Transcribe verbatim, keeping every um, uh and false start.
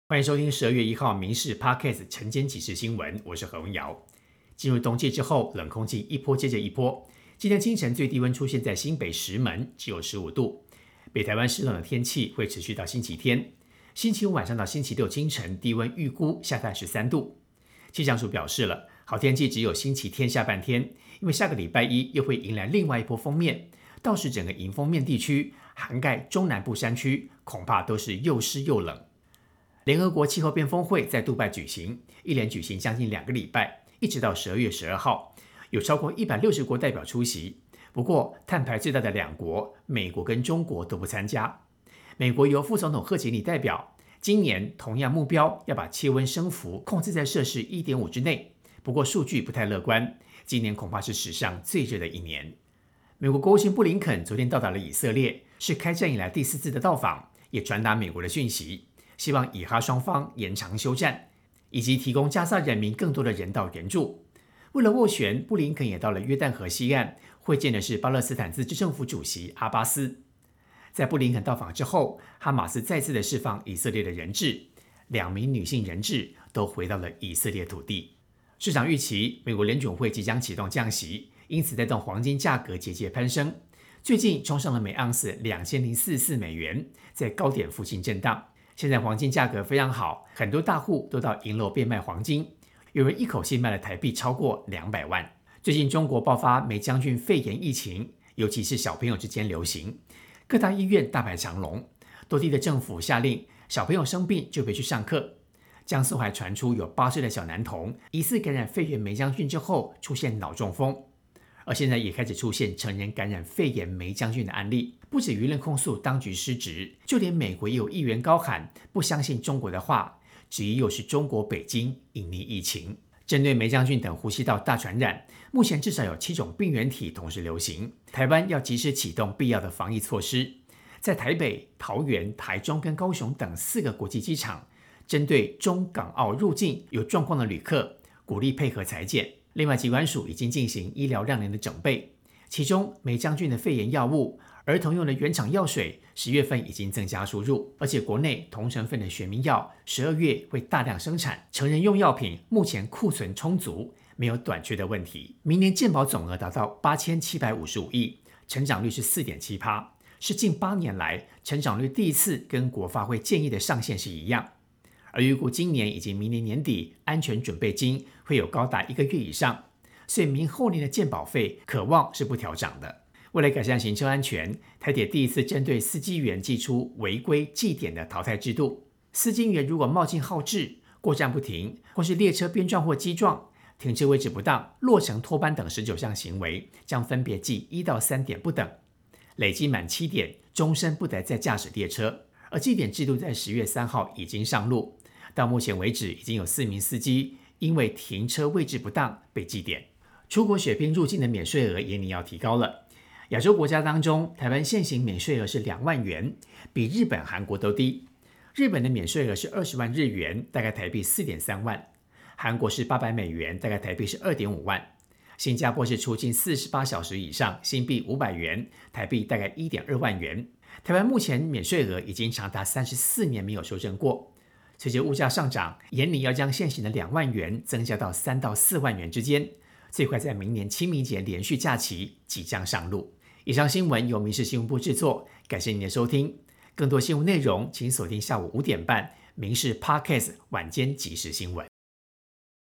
欢迎收听十二月一号民视 Podcast 晨间即时新闻，我是何文瑶。进入冬季之后，冷空气一波接着一波。今天清晨最低温出现在新北石门，只有十五度。北台湾湿冷的天气会持续到星期天。星期五晚上到星期六清晨，低温预估下探十三度。气象署表示了，好天气只有星期天下半天，因为下个礼拜一又会迎来另外一波锋面，到时整个迎风面地区，涵盖中南部山区，恐怕都是又湿又冷。联合国气候变峰会在杜拜举行，一连举行将近两个礼拜，一直到十二月十二号，有超过一百六十国代表出席。不过，碳排最大的两国，美国跟中国都不参加。美国由副总统贺锦丽代表，今年同样目标要把气温升幅控制在摄氏 一点五 之内。不过数据不太乐观，今年恐怕是史上最热的一年。美国国务卿布林肯昨天到达了以色列，是开战以来第四次的到访，也传达美国的讯息。希望以哈双方延长休战，以及提供加萨人民更多的人道援助。为了斡旋，布林肯也到了约旦河西岸，会见的是巴勒斯坦自治政府主席阿巴斯。在布林肯到访之后，哈马斯再次的释放以色列的人质，两名女性人质都回到了以色列土地。市场预期美国联准会即将启动降息，因此带动黄金价格节节攀升，最近冲上了每盎司两千零四十四美元，在高点附近震荡。现在黄金价格非常好，很多大户都到银楼变卖黄金，有人一口气卖了台币超过两百万。最近中国爆发梅将军肺炎疫情，尤其是小朋友之间流行，各大医院大排长龙，多地的政府下令小朋友生病就别去上课。江苏还传出有八岁的小男童疑似感染肺炎梅将军之后出现脑中风，而现在也开始出现成人感染肺炎梅将军的案例。不止舆论控诉当局失职，就连美国也有议员高喊不相信中国的话，质疑又是中国北京隐匿疫情。针对梅将军等呼吸道大传染，目前至少有七种病原体同时流行，台湾要及时启动必要的防疫措施。在台北、桃园、台中跟高雄等四个国际机场，针对中港澳入境有状况的旅客，鼓励配合采检。另外，疾管署已经进行医疗量能的整备，其中梅将军的肺炎药物、儿童用的原厂药水，十月份已经增加输入，而且国内同成分的学名药，十二月会大量生产。成人用药品目前库存充足，没有短缺的问题。明年健保总额达到八千七百五十五亿，成长率是 百分之四点七， 是近八年来成长率第一次跟国发会建议的上限是一样。而预估今年以及明年年底安全准备金会有高达一个月以上，所以明后年的健保费可望是不调涨的。为了改善行车安全，台铁第一次针对司机员祭出违规记点的淘汰制度。司机员如果冒进好志、过站不停，或是列车边撞或击撞、停车位置不当、落成脱班等十九项行为，将分别记一到三点不等，累积满七点，终身不得再驾驶列车。而记点制度在十月三号已经上路，到目前为止已经有四名司机因为停车位置不当被记点。出国血拼入境的免税额也拟要提高了。亚洲国家当中，台湾现行免税额是两万元，比日本、韩国都低。日本的免税额是二十万日元，大概台币 四点三万；韩国是八百美元，大概台币是 二点五万；新加坡是出境四十八小时以上，新币五百元，台币大概 一点二万元。台湾目前免税额已经长达三十四年没有修正过。随着物价上涨，研拟要将现行的两万元增加到三到四万元之间，最快在明年清明节连续假期即将上路。以上新闻由民视新闻部制作，感谢您的收听。更多新闻内容请锁定下午五点半民视 Podcast 晚间即时新闻。